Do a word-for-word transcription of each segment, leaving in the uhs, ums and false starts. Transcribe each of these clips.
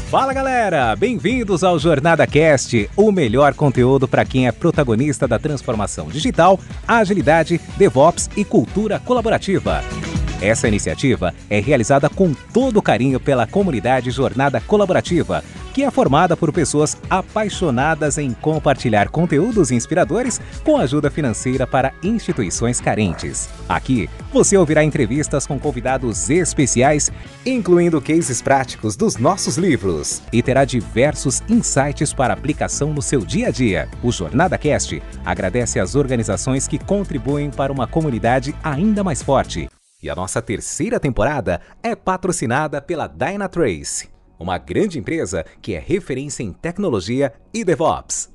Fala galera, bem-vindos ao Jornada Cast, o melhor conteúdo para quem é protagonista da transformação digital, agilidade, DevOps e cultura colaborativa. Essa iniciativa é realizada com todo carinho pela comunidade Jornada Colaborativa, que é formada por pessoas apaixonadas em compartilhar conteúdos inspiradores com ajuda financeira para instituições carentes. Aqui, você ouvirá entrevistas com convidados especiais, incluindo cases práticos dos nossos livros, e terá diversos insights para aplicação no seu dia a dia. O Jornada Cast agradece às organizações que contribuem para uma comunidade ainda mais forte. E a nossa terceira temporada é patrocinada pela Dynatrace, uma grande empresa que é referência em tecnologia e DevOps.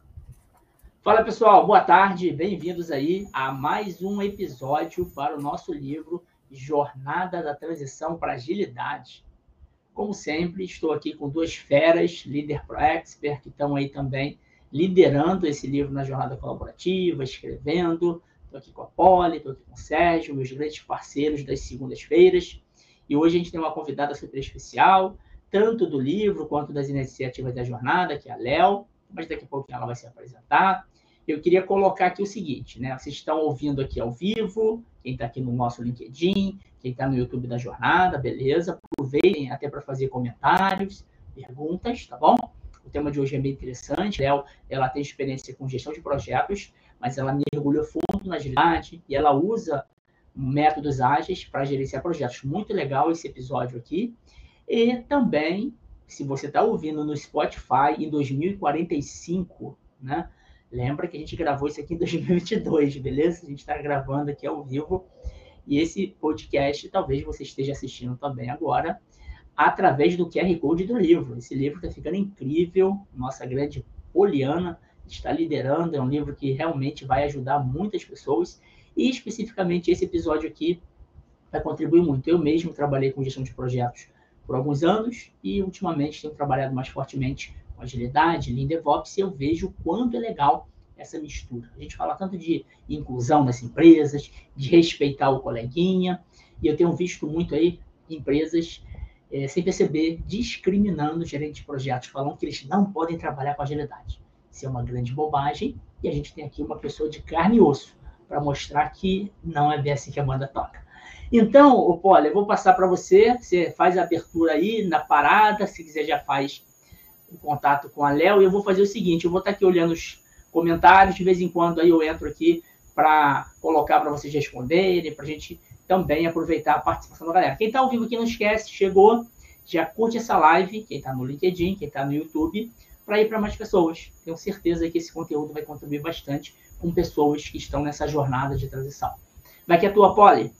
Fala pessoal, boa tarde, bem-vindos aí a mais um episódio para o nosso livro Jornada da Transição para Agilidade. Como sempre, estou aqui com duas feras, Líder Pro Expert, que estão aí também liderando esse livro na jornada colaborativa, escrevendo. Estou aqui com a Polly, estou aqui com o Sérgio, meus grandes parceiros das segundas-feiras. E hoje a gente tem uma convidada super especial, tanto do livro quanto das iniciativas da jornada, que é a Léo, mas daqui a pouquinho ela vai se apresentar. Eu queria colocar aqui o seguinte, né? Vocês estão ouvindo aqui ao vivo, quem está aqui no nosso LinkedIn, quem está no YouTube da jornada, beleza? Aproveitem até para fazer comentários, perguntas, tá bom? O tema de hoje é bem interessante. Léo, ela tem experiência com gestão de projetos, mas ela mergulhou fundo na agilidade e ela usa métodos ágeis para gerenciar projetos. Muito legal esse episódio aqui. E também, se você está ouvindo no Spotify em dois mil e quarenta e cinco, né? Lembra que a gente gravou isso aqui em dois mil e vinte e dois, beleza? A gente está gravando aqui ao vivo. E esse podcast, talvez você esteja assistindo também agora, através do Q R Code do livro. Esse livro está ficando incrível. Nossa grande Poliana está liderando. É um livro que realmente vai ajudar muitas pessoas. E, especificamente, esse episódio aqui vai contribuir muito. Eu mesmo trabalhei com gestão de projetos por alguns anos e, ultimamente, tenho trabalhado mais fortemente com agilidade, Lean DevOps, e eu vejo o quanto é legal essa mistura. A gente fala tanto de inclusão nas empresas, de respeitar o coleguinha, e eu tenho visto muito aí empresas, é, sem perceber, discriminando gerentes de projetos, falando que eles não podem trabalhar com agilidade. Isso é uma grande bobagem, e a gente tem aqui uma pessoa de carne e osso para mostrar que não é bem assim que a banda toca. Então, o Poli, eu vou passar para você, você faz a abertura aí na parada, se quiser já faz o contato com a Léo, e eu vou fazer o seguinte, eu vou estar aqui olhando os comentários, de vez em quando aí eu entro aqui para colocar para vocês responderem, para a gente também aproveitar a participação da galera. Quem está ao vivo aqui, não esquece, chegou, já curte essa live, quem está no LinkedIn, quem está no YouTube, para ir para mais pessoas. Tenho certeza que esse conteúdo vai contribuir bastante com pessoas que estão nessa jornada de transição. Vai que é a tua, Polly.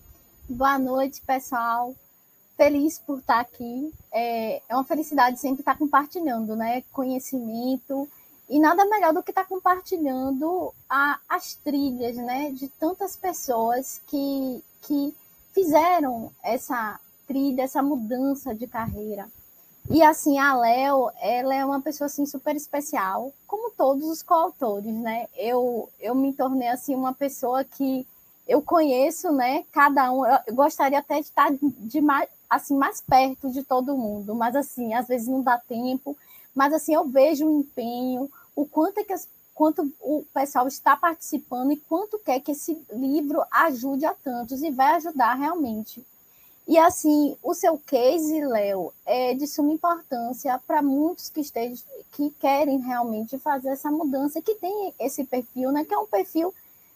Boa noite, pessoal. Feliz por estar aqui. É, é uma felicidade sempre estar compartilhando, né? Conhecimento. E nada melhor do que estar compartilhando a, as trilhas, né? De tantas pessoas que, que fizeram essa trilha, essa mudança de carreira. E, assim, a Léo, ela é uma pessoa, assim, super especial, como todos os coautores, né? Eu, eu me tornei, assim, uma pessoa que eu conheço, né, cada um, eu gostaria até de estar de mais, assim, mais perto de todo mundo, mas assim, às vezes não dá tempo, mas assim, eu vejo o empenho, o quanto, é que as, quanto o pessoal está participando e quanto quer que esse livro ajude a tantos, e vai ajudar realmente. E assim, o seu case, Léo, é de suma importância para muitos que, estejam, que querem realmente fazer essa mudança, que tem esse perfil, né, que é um perfil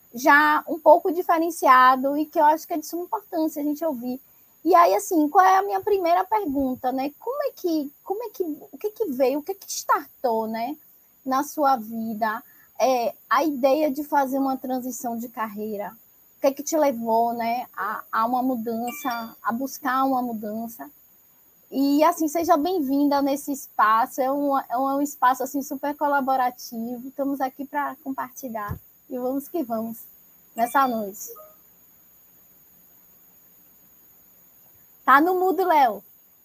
já um pouco diferenciado e que eu acho que é de suma importância a gente ouvir. E aí, assim, qual é a minha primeira pergunta, né? Como é que, como é que, o que que veio, o que que startou, né, na sua vida, é, a ideia de fazer uma transição de carreira? O que é que te levou, né, a, a uma mudança, a buscar uma mudança? E, assim, seja bem-vinda nesse espaço, é um, é um espaço, assim, super colaborativo, estamos aqui para compartilhar. E vamos que vamos, nessa noite. Tá no mudo, Léo.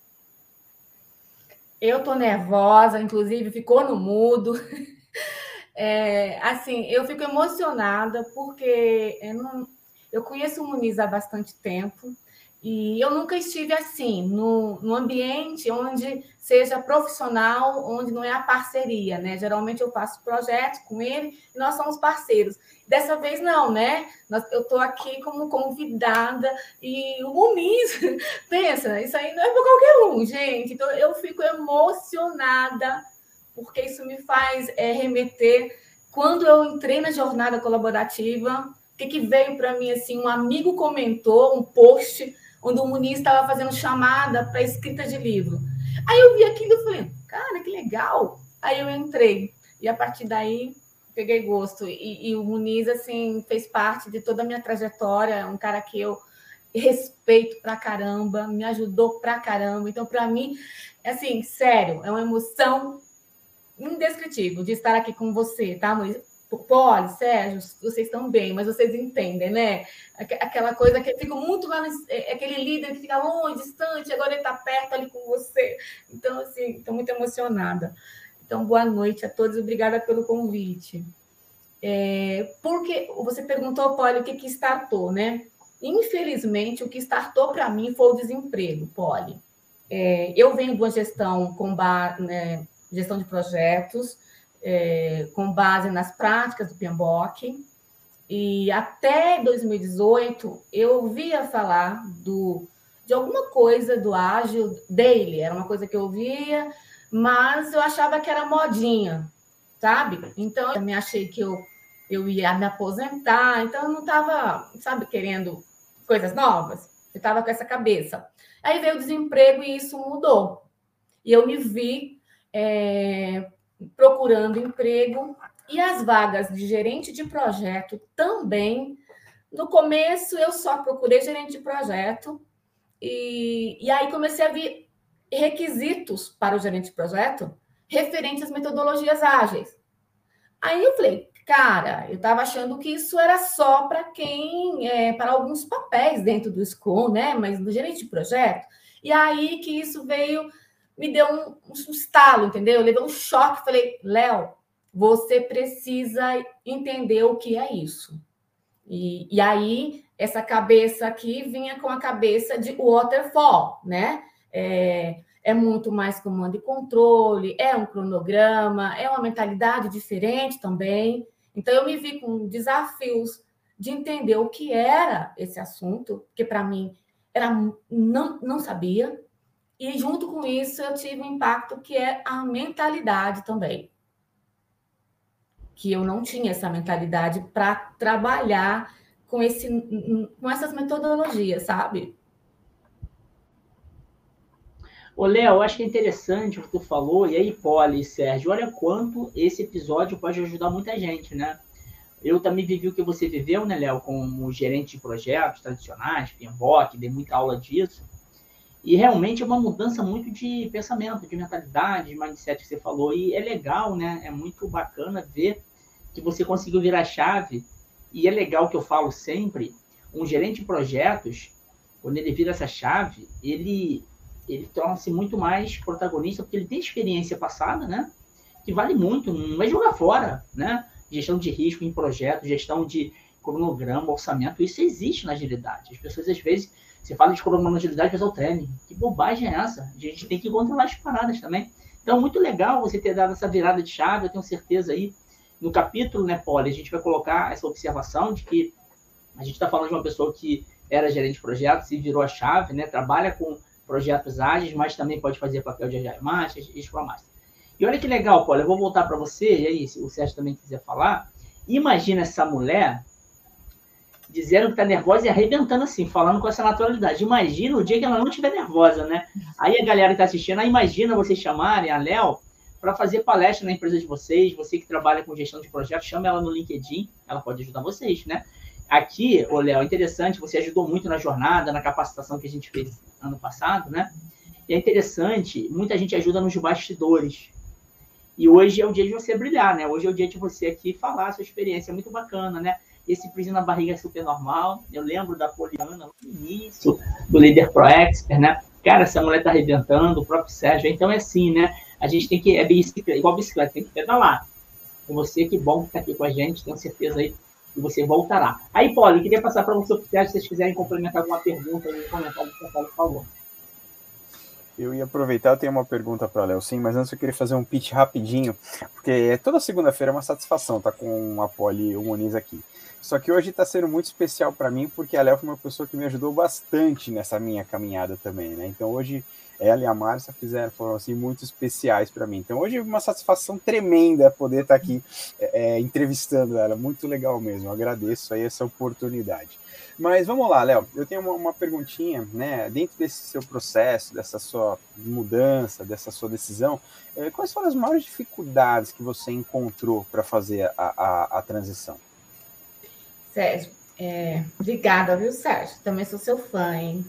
Eu tô nervosa, inclusive ficou no mudo. É, assim, eu fico emocionada porque eu, não, eu conheço o Muniz há bastante tempo E eu nunca estive assim, no, no ambiente onde seja profissional, onde não é a parceria, né? Geralmente eu faço projetos com ele e nós somos parceiros. Dessa vez não, né? Eu estou aqui como convidada e o Muniz, pensa, isso aí não é para qualquer um, gente. Então eu fico emocionada, porque isso me faz é, remeter. Quando eu entrei na jornada colaborativa, o que, que veio para mim? Assim, um amigo comentou um post onde o Muniz estava fazendo chamada para escrita de livro. Aí eu vi aquilo e falei, cara, que legal. Aí eu entrei. E a partir daí, peguei gosto. E, e o Muniz, assim, fez parte de toda a minha trajetória. É um cara que eu respeito pra caramba, me ajudou pra caramba. Então, para mim, assim, sério, é uma emoção indescritível de estar aqui com você, tá, Muniz? Poli, Sérgio, vocês estão bem, mas vocês entendem, né? Aquela coisa que fica muito lá, aquele líder que fica longe, distante, agora ele está perto ali com você. Então, assim, estou muito emocionada. Então, boa noite a todos, obrigada pelo convite. É, porque você perguntou, Poli, o que que startou, né? Infelizmente, o que startou para mim foi o desemprego, Poli. É, eu venho de uma gestão com base, né, gestão de projetos, É, com base nas práticas do P M B O K, e até dois mil e dezoito eu ouvia falar do, de alguma coisa do ágil daily, era uma coisa que eu ouvia, mas eu achava que era modinha, sabe? Então, eu me achei que eu, eu ia me aposentar, então eu não estava, sabe, querendo coisas novas, eu estava com essa cabeça. Aí veio o desemprego e isso mudou, e eu me vi... É, procurando emprego, e as vagas de gerente de projeto também. No começo, eu só procurei gerente de projeto, e, e aí comecei a vir requisitos para o gerente de projeto referentes às metodologias ágeis. Aí eu falei, cara, eu estava achando que isso era só para quem, é, para alguns papéis dentro do Scrum, né? Mas no gerente de projeto. E aí que isso veio... me deu um, um estalo, entendeu? Eu levei um choque, falei, Léo, você precisa entender o que é isso. E, e aí, essa cabeça aqui vinha com a cabeça de waterfall, né? É, é muito mais comando e controle, é um cronograma, é uma mentalidade diferente também. Então, eu me vi com desafios de entender o que era esse assunto, porque, para mim, era, não, não sabia. E, junto com isso, eu tive um impacto que é a mentalidade também. Que eu não tinha essa mentalidade para trabalhar com, esse, com essas metodologias, sabe? Ô, Léo, eu acho que é interessante o que tu falou, e aí, Poli e Sérgio, olha quanto esse episódio pode ajudar muita gente, né? Eu também vivi o que você viveu, né, Léo, como gerente de projetos tradicionais, P M B O K, dei muita aula disso. E realmente é uma mudança muito de pensamento, de mentalidade, de mindset que você falou. E é legal, né? É muito bacana ver que você conseguiu virar a chave. E é legal que eu falo sempre, um gerente de projetos, quando ele vira essa chave, ele, ele torna-se muito mais protagonista, porque ele tem experiência passada, né? Que vale muito, não vai jogar fora, né? Gestão de risco em projetos, gestão de cronograma, orçamento, isso existe na agilidade. As pessoas, às vezes... Você fala de cronograma de agilidade, o pessoal treme. Que bobagem é essa? A gente tem que controlar as paradas também. Então, muito legal você ter dado essa virada de chave. Eu tenho certeza aí, no capítulo, né, Poli, a gente vai colocar essa observação de que a gente está falando de uma pessoa que era gerente de projetos e virou a chave, né? Trabalha com projetos ágeis, mas também pode fazer papel de Agile Master e Scrum Master. E olha que legal, Poli, eu vou voltar para você, e aí, se o Sérgio também quiser falar, imagina essa mulher... dizendo que tá nervosa e arrebentando assim, falando com essa naturalidade. Imagina o dia que ela não estiver nervosa, né? Aí a galera que tá assistindo, aí imagina vocês chamarem a Léo para fazer palestra na empresa de vocês, você que trabalha com gestão de projetos, chama ela no LinkedIn, ela pode ajudar vocês, né? Aqui, ô Léo, é interessante, você ajudou muito na jornada, na capacitação que a gente fez ano passado, né? E é interessante, muita gente ajuda nos bastidores. E hoje é o dia de você brilhar, né? Hoje é o dia de você aqui falar a sua experiência, é muito bacana, né? Esse friozinho na barriga é super normal. Eu lembro da Poliana no início, do líder Pro Expert, né? Cara, essa mulher tá arrebentando, o próprio Sérgio. Então é assim, né? A gente tem que, é bicicleta, igual bicicleta, tem que pedalar. Com você, que bom que tá aqui com a gente, tenho certeza aí e você voltará. Aí, Paulo, eu queria passar para você, se vocês quiserem complementar alguma pergunta ou comentário, por favor. Eu ia aproveitar, eu tenho uma pergunta para o Léo, sim, mas antes eu queria fazer um pitch rapidinho, porque toda segunda-feira é uma satisfação estar com a Poli e o Moniz aqui. Só que hoje está sendo muito especial para mim, porque a Léo foi uma pessoa que me ajudou bastante nessa minha caminhada também, né? Então hoje ela e a Márcia fizeram, foram assim, muito especiais para mim. Então hoje é uma satisfação tremenda poder estar aqui é, entrevistando ela, muito legal mesmo, eu agradeço aí essa oportunidade. Mas vamos lá, Léo, eu tenho uma, uma perguntinha, né? Dentro desse seu processo, dessa sua mudança, dessa sua decisão, eh, quais foram as maiores dificuldades que você encontrou para fazer a, a, a transição? Sérgio, é, obrigada, viu, Sérgio? Também sou seu fã, hein?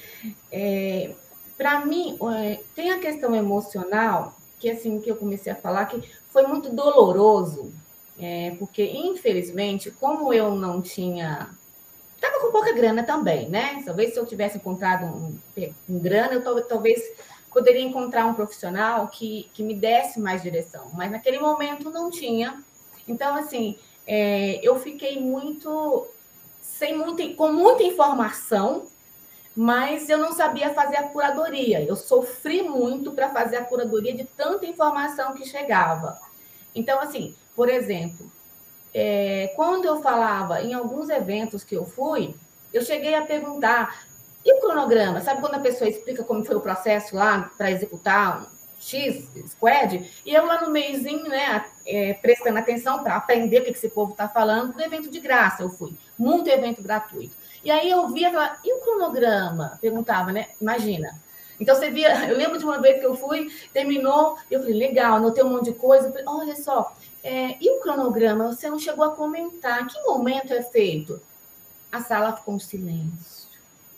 É, para mim, é, tem a questão emocional, que assim, que eu comecei a falar, que foi muito doloroso, é, porque, infelizmente, como eu não tinha... Estava com pouca grana também, né? Talvez se eu tivesse encontrado um, um grana, eu talvez poderia encontrar um profissional que, que me desse mais direção. Mas naquele momento não tinha. Então, assim, é, eu fiquei muito, sem muita, com muita informação, mas eu não sabia fazer a curadoria. Eu sofri muito para fazer a curadoria de tanta informação que chegava. Então, assim, por exemplo... É, quando eu falava em alguns eventos que eu fui, eu cheguei a perguntar, e o cronograma? Sabe quando a pessoa explica como foi o processo lá para executar um X, squad? E eu lá no meiozinho, né, é, prestando atenção para aprender o que esse povo está falando, do evento de graça eu fui, muito evento gratuito. E aí eu via, falava, e o cronograma? Perguntava, né? Imagina. Então, você via, eu lembro de uma vez que eu fui, terminou, eu falei, legal, anotei um monte de coisa, falei, olha só, é, e o cronograma? Você não chegou a comentar, que momento é feito? A sala ficou um silêncio.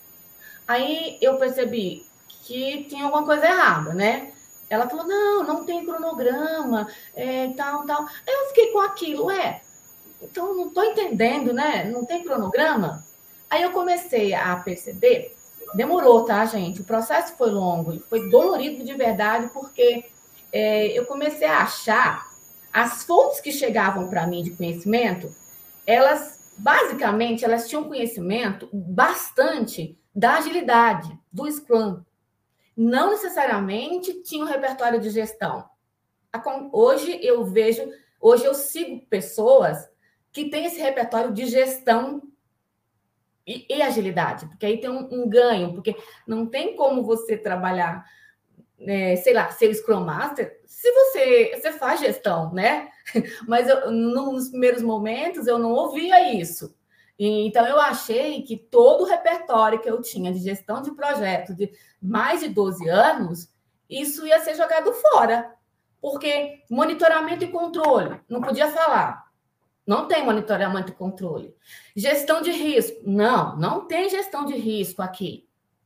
Aí eu percebi que tinha alguma coisa errada, né? Ela falou, não, não tem cronograma, é, tal, tal. Aí eu fiquei com aquilo, ué, então não estou entendendo, né? Não tem cronograma? Aí eu comecei a perceber... Demorou, tá, gente? O processo foi longo, foi dolorido de verdade, porque é, eu comecei a achar as fontes que chegavam para mim de conhecimento, elas, basicamente, elas tinham conhecimento bastante da agilidade, do Scrum. Não necessariamente tinham repertório de gestão. Hoje eu vejo, hoje eu sigo pessoas que têm esse repertório de gestão E, e agilidade, porque aí tem um, um ganho, porque não tem como você trabalhar, é, sei lá, ser Scrum Master, se você, você faz gestão, né? Mas eu, nos primeiros momentos eu não ouvia isso. E, então eu achei que todo o repertório que eu tinha de gestão de projeto de mais de doze anos, isso ia ser jogado fora. Porque monitoramento e controle, não podia falar. Não tem monitoramento e controle. Gestão de risco. Não, não tem gestão de risco aqui.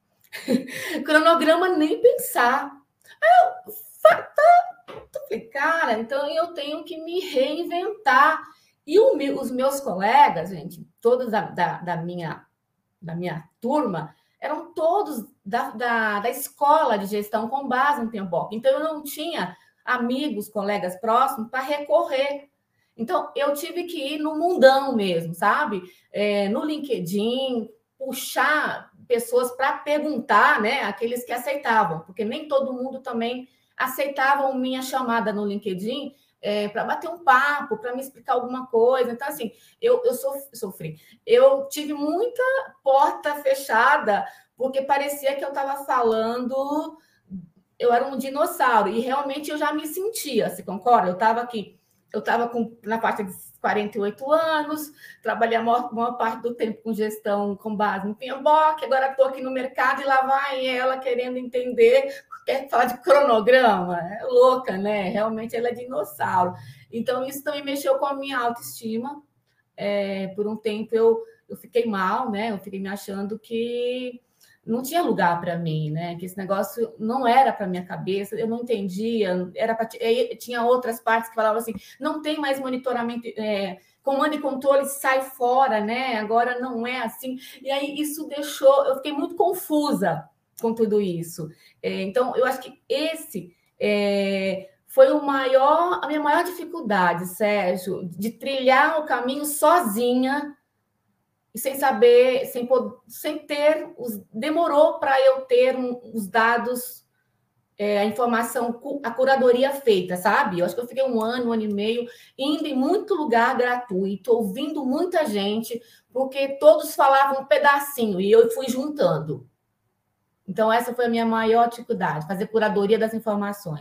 Cronograma, nem pensar. Aí eu falei, cara, então eu tenho que me reinventar. E o, os meus colegas, gente, todos da, da, da, minha, da minha turma, eram todos da, da, da escola de gestão com base no PMBOK. Então, eu não tinha amigos, colegas próximos para recorrer. Então, eu tive que ir no mundão mesmo, sabe? É, no LinkedIn, puxar pessoas para perguntar, né? Aqueles que aceitavam, porque nem todo mundo também aceitava minha chamada no LinkedIn é, para bater um papo, para me explicar alguma coisa. Então, assim, eu, eu sofri. Eu tive muita porta fechada, porque parecia que eu estava falando... Eu era um dinossauro, e realmente eu já me sentia, você concorda? Eu estava aqui... Eu estava na parte de quarenta e oito anos, trabalhei a maior, maior parte do tempo com gestão com base no PMBOK, agora estou aqui no mercado e lá vai ela querendo entender, quer falar de cronograma. É louca, né? Realmente ela é dinossauro. Então, isso também mexeu com a minha autoestima. É, por um tempo eu, eu fiquei mal, né? Eu fiquei me achando que não tinha lugar para mim, né? Que esse negócio não era para minha cabeça, eu não entendia, era pra, tinha outras partes que falavam assim, não tem mais monitoramento, é, comando e controle sai fora, né? Agora não é assim. E aí isso deixou, eu fiquei muito confusa com tudo isso. É, então, eu acho que esse é, foi o maior, a minha maior dificuldade, Sérgio, de trilhar o caminho sozinha e sem saber, sem, sem ter, os, demorou para eu ter um, os dados, é, a informação, a curadoria feita, sabe? Eu acho que eu fiquei um ano, um ano e meio, indo em muito lugar gratuito, ouvindo muita gente, porque todos falavam um pedacinho e eu fui juntando. Então, essa foi a minha maior dificuldade, fazer curadoria das informações.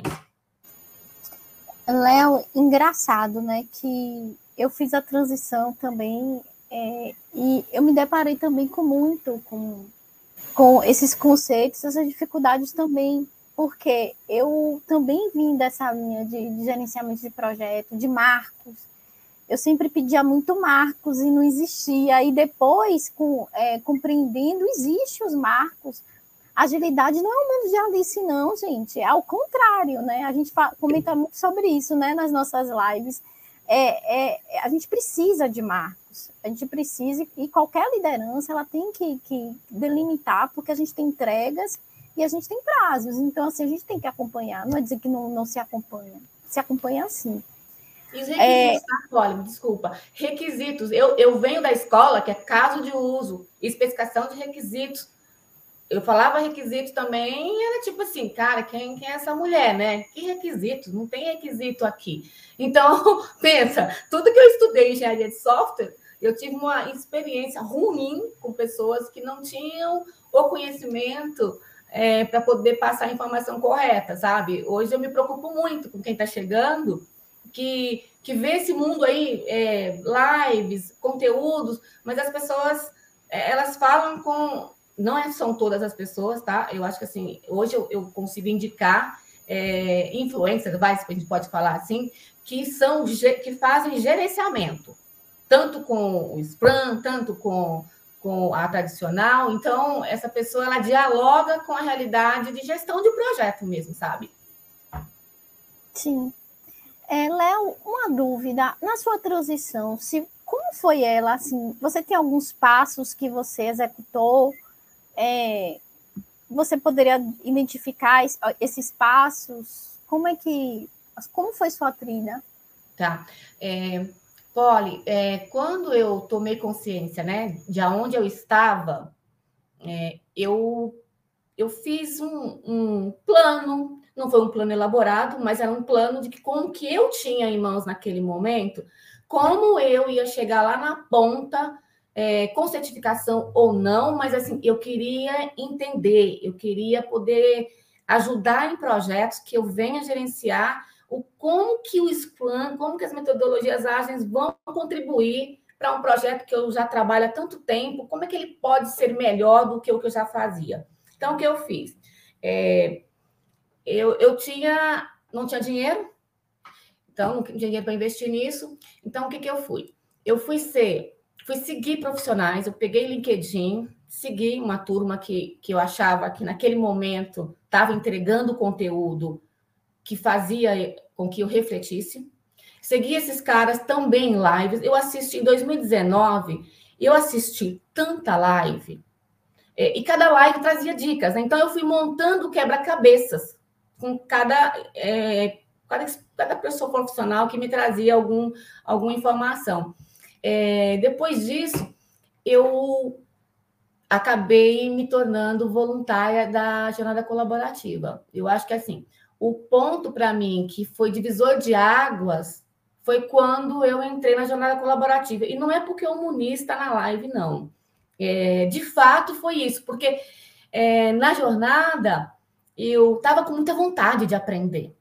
Léo, engraçado, né, que eu fiz a transição também, é, e eu me deparei também com muito, com, com esses conceitos, essas dificuldades também, porque eu também vim dessa linha de, de gerenciamento de projeto, de marcos. Eu sempre pedia muito marcos e não existia, e depois, com, é, compreendendo, existem os marcos. Agilidade não é um mundo de Alice, não, gente. É ao contrário, né? A gente fala, comenta muito sobre isso, né, nas nossas lives. É, é, a gente precisa de marcos. A gente precisa, e qualquer liderança ela tem que, que delimitar, porque a gente tem entregas e a gente tem prazos. Então, assim, a gente tem que acompanhar. Não é dizer que não, não se acompanha. Se acompanha sim. E os requisitos, é... tá, Polly? Desculpa. Requisitos. Eu, eu venho da escola, que é caso de uso, especificação de requisitos. Eu falava requisitos também, e era tipo assim, cara, quem, quem é essa mulher, né? Que requisitos? Não tem requisito aqui. Então, pensa, tudo que eu estudei em engenharia de software, eu tive uma experiência ruim com pessoas que não tinham o conhecimento é, para poder passar a informação correta, sabe? Hoje eu me preocupo muito com quem está chegando, que, que vê esse mundo aí, é, lives, conteúdos, mas as pessoas, elas falam com... Não são todas as pessoas, tá? Eu acho que, assim, hoje eu, eu consigo indicar é, influencers, vai, a gente pode falar assim, que, são, que fazem gerenciamento, tanto com o Scrum, tanto com, com a tradicional. Então, essa pessoa, ela dialoga com a realidade de gestão de projeto mesmo, sabe? Sim. É, Léo, uma dúvida. Na sua transição, se, como foi ela? Assim, você tem alguns passos que você executou? É, você poderia identificar esses passos? Como é que, como foi sua trilha? Tá. É, Polly, é, quando eu tomei consciência, né, de onde eu estava, é, eu, eu fiz um, um plano, não foi um plano elaborado, mas era um plano de que com o que eu tinha em mãos naquele momento, como eu ia chegar lá na ponta, É, com certificação ou não, mas assim, eu queria entender, eu queria poder ajudar em projetos que eu venha gerenciar o como que o Scrum, como que as metodologias ágeis vão contribuir para um projeto que eu já trabalho há tanto tempo, como é que ele pode ser melhor do que o que eu já fazia. Então, o que eu fiz? É, eu, eu tinha, não tinha dinheiro, então não tinha dinheiro para investir nisso, então o que, que eu fui? Eu fui ser Fui seguir profissionais, eu peguei LinkedIn, segui uma turma que, que eu achava que naquele momento estava entregando conteúdo que fazia com que eu refletisse. Segui esses caras também em lives. Eu assisti em dois mil e dezenove, eu assisti tanta live, e cada live trazia dicas, né? Então eu fui montando quebra-cabeças com cada, é, cada, cada pessoa profissional que me trazia algum, alguma informação. É, depois disso, eu acabei me tornando voluntária da jornada colaborativa. Eu acho que, assim, o ponto para mim que foi divisor de águas foi quando eu entrei na jornada colaborativa. E não é porque o Muniz está na live, não. É, de fato, foi isso. Porque é, na jornada, eu estava com muita vontade de aprender.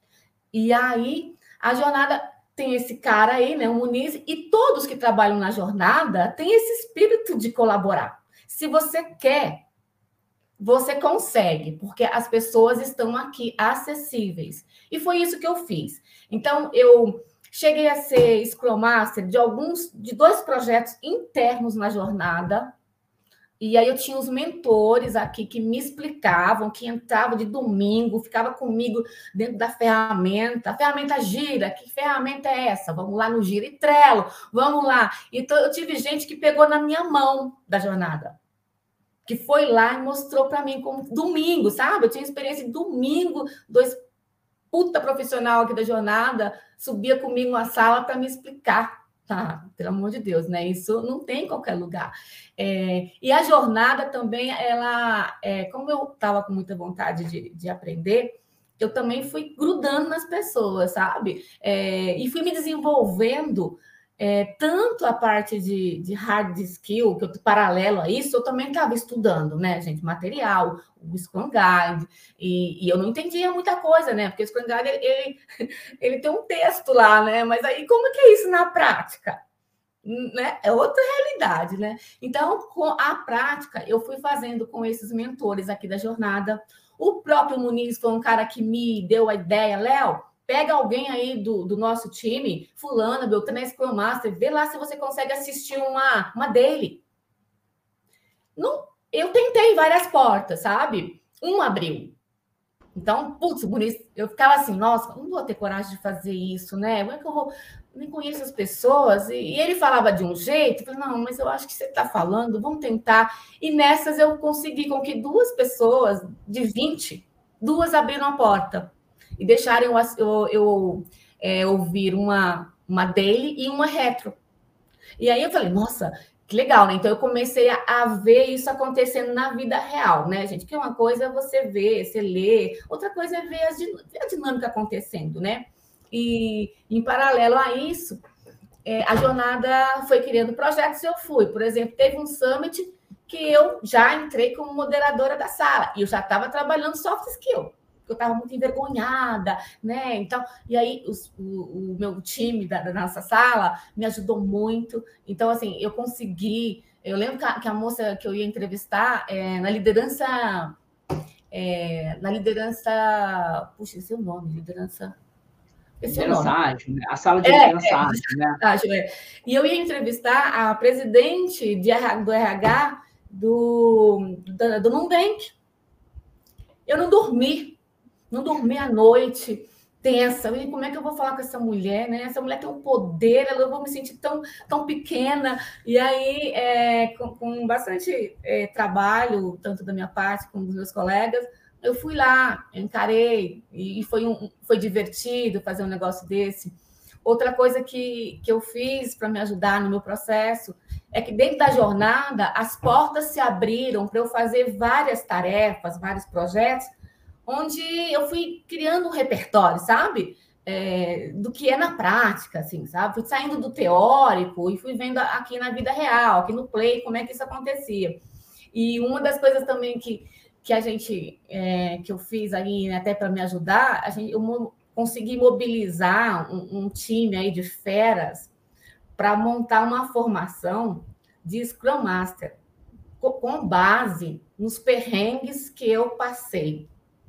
E aí, a jornada... tem esse cara aí, né, o Muniz, e todos que trabalham na jornada têm esse espírito de colaborar. Se você quer, você consegue, porque as pessoas estão aqui acessíveis. E foi isso que eu fiz. Então, eu cheguei a ser Scrum Master de alguns, de dois projetos internos na jornada. E aí eu tinha os mentores aqui que me explicavam, que entravam de domingo, ficava comigo dentro da ferramenta. A ferramenta Gira, que ferramenta é essa? Vamos lá no Gira e Trello, vamos lá. Então, eu tive gente que pegou na minha mão da jornada, que foi lá e mostrou para mim como domingo, sabe? Eu tinha experiência de domingo, dois puta profissional aqui da jornada subia comigo na sala para me explicar. Tá, pelo amor de Deus, né? Isso não tem em qualquer lugar. É, e a jornada também, ela, é, como eu estava com muita vontade de, de aprender, eu também fui grudando nas pessoas, sabe? É, e fui me desenvolvendo. É, tanto a parte de, de hard skill, que eu paralelo a isso, eu também estava estudando, né, gente, material, o Scrum Guide, e, e eu não entendia muita coisa, né, porque o Scrum Guide, ele, ele tem um texto lá, né, mas aí como que é isso na prática? Né? É outra realidade, né? Então, com a prática, eu fui fazendo com esses mentores aqui da jornada. O próprio Muniz foi um cara que me deu a ideia, Léo, pega alguém aí do, do nosso time, fulana, Beltrana, Scrum Master, vê lá se você consegue assistir uma, uma daily. Não, eu tentei várias portas, sabe? Um abriu. Então, putz, bonito. Eu ficava assim, nossa, não vou ter coragem de fazer isso, né? Como é que eu vou... nem conheço as pessoas. E, e ele falava de um jeito, eu falei, não, mas eu acho que você está falando, vamos tentar. E nessas eu consegui com que duas pessoas de vinte, duas abriram a porta e deixarem eu, eu, eu é, ouvir uma, uma daily e uma retro. E aí eu falei, nossa, que legal, né? Então eu comecei a, a ver isso acontecendo na vida real, né, gente? Que uma coisa é você ver, você ler, outra coisa é ver a, a dinâmica acontecendo, né? E em paralelo a isso, é, a jornada foi criando projetos e eu fui. Por exemplo, teve um summit que eu já entrei como moderadora da sala e eu já estava trabalhando soft skill. Eu estava muito envergonhada, né? Então, e aí os, o, o meu time da, da nossa sala me ajudou muito. Então, assim, eu consegui. Eu lembro que a, que a moça que eu ia entrevistar é, na liderança, é, na liderança, puxa, esse é o nome, liderança. Esse liderança é ágil, né? A sala de é, liderança é, ágil, né? Ágil, é. E eu ia entrevistar a presidente de, do R H do, do, do Nubank. Eu não dormi. Não dormi à noite, tensa. E como é que eu vou falar com essa mulher, né? Essa mulher tem um poder, eu vou me sentir tão, tão pequena. E aí, é, com, com bastante é, trabalho, tanto da minha parte como dos meus colegas, eu fui lá, encarei, e foi, um, foi divertido fazer um negócio desse. Outra coisa que, que eu fiz para me ajudar no meu processo é que dentro da jornada, as portas se abriram para eu fazer várias tarefas, vários projetos, onde eu fui criando um repertório, sabe? É, do que é na prática, assim, sabe? Fui saindo do teórico e fui vendo aqui na vida real, aqui no Play, como é que isso acontecia. E uma das coisas também que, que a gente, é, que eu fiz aí, né, até para me ajudar, a gente, eu consegui mobilizar um, um time aí de feras para montar uma formação de Scrum Master, com base nos perrengues que eu passei.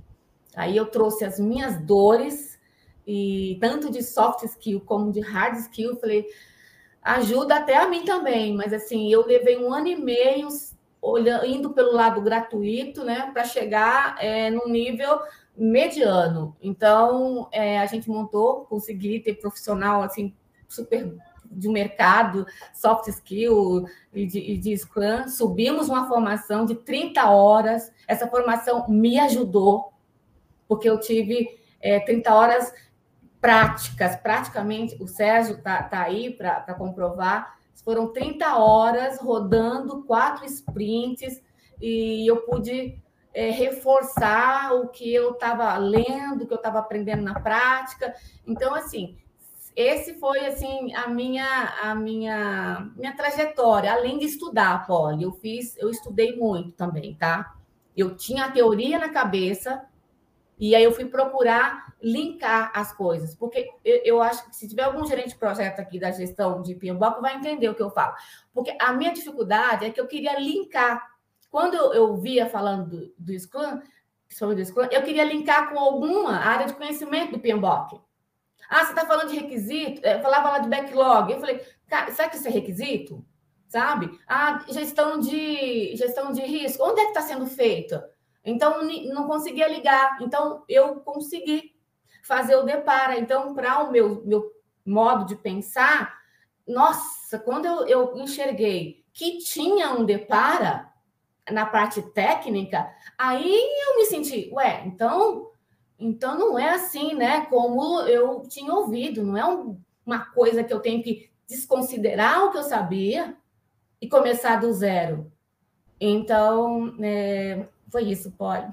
Aí eu trouxe as minhas dores, e tanto de soft skill como de hard skill, falei, ajuda até a mim também, mas assim, eu levei um ano e meio olhando, indo pelo lado gratuito, né, para chegar é, num nível mediano. Então, é, a gente montou, consegui ter profissional assim, super de mercado, soft skill e de, e de Scrum, subimos uma formação de trinta horas, essa formação me ajudou, porque eu tive é, trinta horas práticas, praticamente, o Sérgio está tá aí para comprovar, foram trinta horas rodando quatro sprints e eu pude é, reforçar o que eu estava lendo, o que eu estava aprendendo na prática. Então, assim, esse foi assim a minha a minha minha trajetória, além de estudar, Polly, eu fiz, eu estudei muito também, tá? Eu tinha a teoria na cabeça. E aí eu fui procurar linkar as coisas, porque eu, eu acho que se tiver algum gerente de projeto aqui da gestão de P M B O K, vai entender o que eu falo. Porque a minha dificuldade é que eu queria linkar. Quando eu, eu via falando do, do Scrum, sobre o Scrum, eu queria linkar com alguma área de conhecimento do P M B O K. Ah, você está falando de requisito? Eu falava lá de backlog. Eu falei, cara, será que isso é requisito? Sabe? Ah, gestão de, gestão de risco. Onde é que está sendo feito? Então, não conseguia ligar. Então, eu consegui fazer o depara. Então, para o meu, meu modo de pensar, nossa, quando eu, eu enxerguei que tinha um depara na parte técnica, aí eu me senti, ué, então, Então, não é assim, né? Como eu tinha ouvido, não é um, uma coisa que eu tenho que desconsiderar o que eu sabia e começar do zero. Então, é, foi isso, Polly.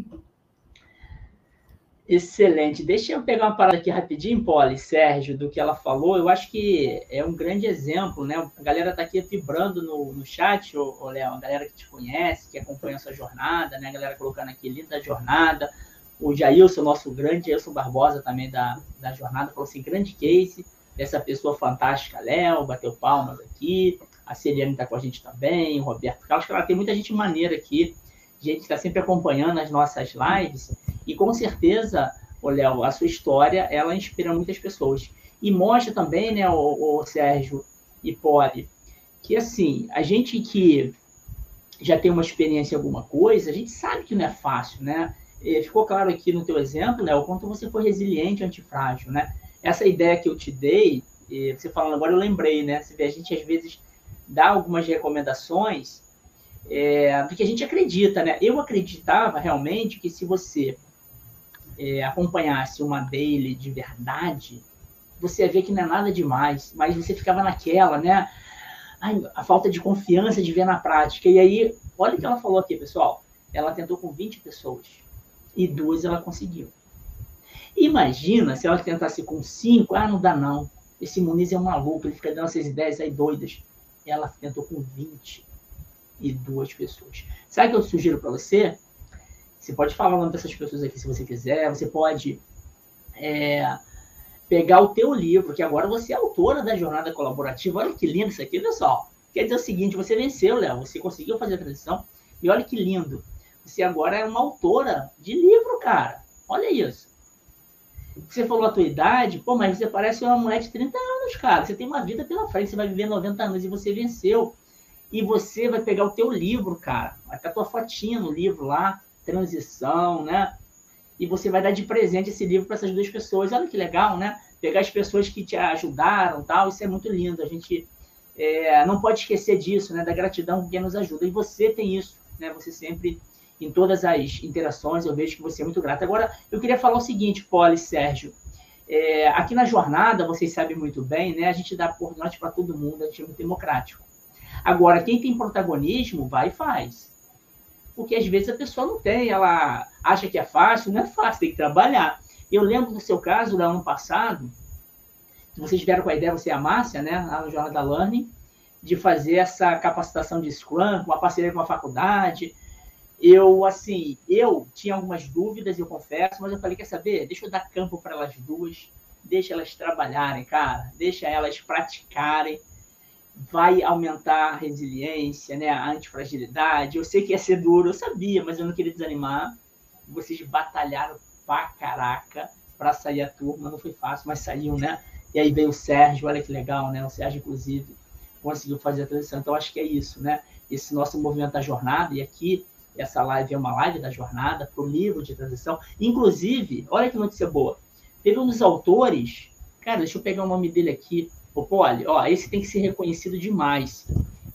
Excelente. Deixa eu pegar uma parada aqui rapidinho, Polly, Sérgio, do que ela falou. Eu acho que é um grande exemplo, né? A galera está aqui vibrando no, no chat, ô, ô, Léo, a galera que te conhece, que acompanha a sua jornada, né? A galera colocando aqui, linda jornada. O Jailson, nosso grande Jailson Barbosa também da, da jornada, falou assim, grande case, essa pessoa fantástica, Léo, bateu palmas aqui. A Celiane está com a gente também, o Roberto Carlos, que ela tem muita gente maneira aqui, gente que está sempre acompanhando as nossas lives. E com certeza, ô Léo, a sua história, ela inspira muitas pessoas. E mostra também, né, o, o Sérgio e Polly, que assim, a gente que já tem uma experiência em alguma coisa, a gente sabe que não é fácil, né? E ficou claro aqui no teu exemplo, Léo, o quanto você foi resiliente e antifrágil, né? Essa ideia que eu te dei, você falando agora, eu lembrei, né? Você vê, a gente às vezes dá algumas recomendações é, do que a gente acredita, né? Eu acreditava realmente que se você É, acompanhasse uma daily de verdade, você ia ver que não é nada demais, mas você ficava naquela, né? Ai, a falta de confiança de ver na prática. E aí, olha o que ela falou aqui, pessoal. Ela tentou com vinte pessoas e duas ela conseguiu. Imagina se ela tentasse com cinco, ah, não dá não. Esse Muniz é um maluco, ele fica dando essas ideias aí doidas. Ela tentou com vinte e duas pessoas. Sabe o que eu sugiro para você? Você pode falar o nome dessas pessoas aqui se você quiser. Você pode é, pegar o teu livro, que agora você é autora da Jornada Colaborativa. Olha que lindo isso aqui, pessoal. Quer dizer o seguinte, você venceu, Léo. Você conseguiu fazer a transição. E olha que lindo. Você agora é uma autora de livro, cara. Olha isso. Você falou a tua idade. Pô, mas você parece uma mulher de trinta anos, cara. Você tem uma vida pela frente. Você vai viver noventa anos e você venceu. E você vai pegar o teu livro, cara. Vai ter a tua fotinha no livro lá. Transição, né? E você vai dar de presente esse livro para essas duas pessoas. Olha que legal, né? Pegar as pessoas que te ajudaram, tal, isso é muito lindo. A gente é, não pode esquecer disso, né? Da gratidão com quem nos ajuda. E você tem isso, né? Você sempre, em todas as interações, eu vejo que você é muito grato. Agora, eu queria falar o seguinte, Polly, Sérgio. É, aqui na jornada, vocês sabem muito bem, né? A gente dá oportunidade para todo mundo, a gente é muito democrático. Agora, quem tem protagonismo, vai e faz. Porque às vezes a pessoa não tem, ela acha que é fácil, não é fácil, tem que trabalhar. Eu lembro do seu caso, no ano passado, que vocês tiveram com a ideia, você e a Márcia, né, lá no Jornada Learning, de fazer essa capacitação de Scrum, uma parceria com a faculdade. Eu, assim, eu tinha algumas dúvidas, eu confesso, mas eu falei, quer saber? Deixa eu dar campo para elas duas, deixa elas trabalharem, cara, deixa elas praticarem. Vai aumentar a resiliência, né? A antifragilidade. Eu sei que ia ser duro, eu sabia, mas eu não queria desanimar. Vocês batalharam pra caraca para sair a turma, não foi fácil, mas saiu, né? E aí veio o Sérgio, olha que legal, né? O Sérgio, inclusive, conseguiu fazer a transição. Então, acho que é isso, né? Esse nosso movimento da jornada, e aqui, essa live é uma live da jornada, pro livro de transição. Inclusive, olha que notícia boa. Teve um dos autores, cara, deixa eu pegar o nome dele aqui, Ô, Polly, ó, esse tem que ser reconhecido demais.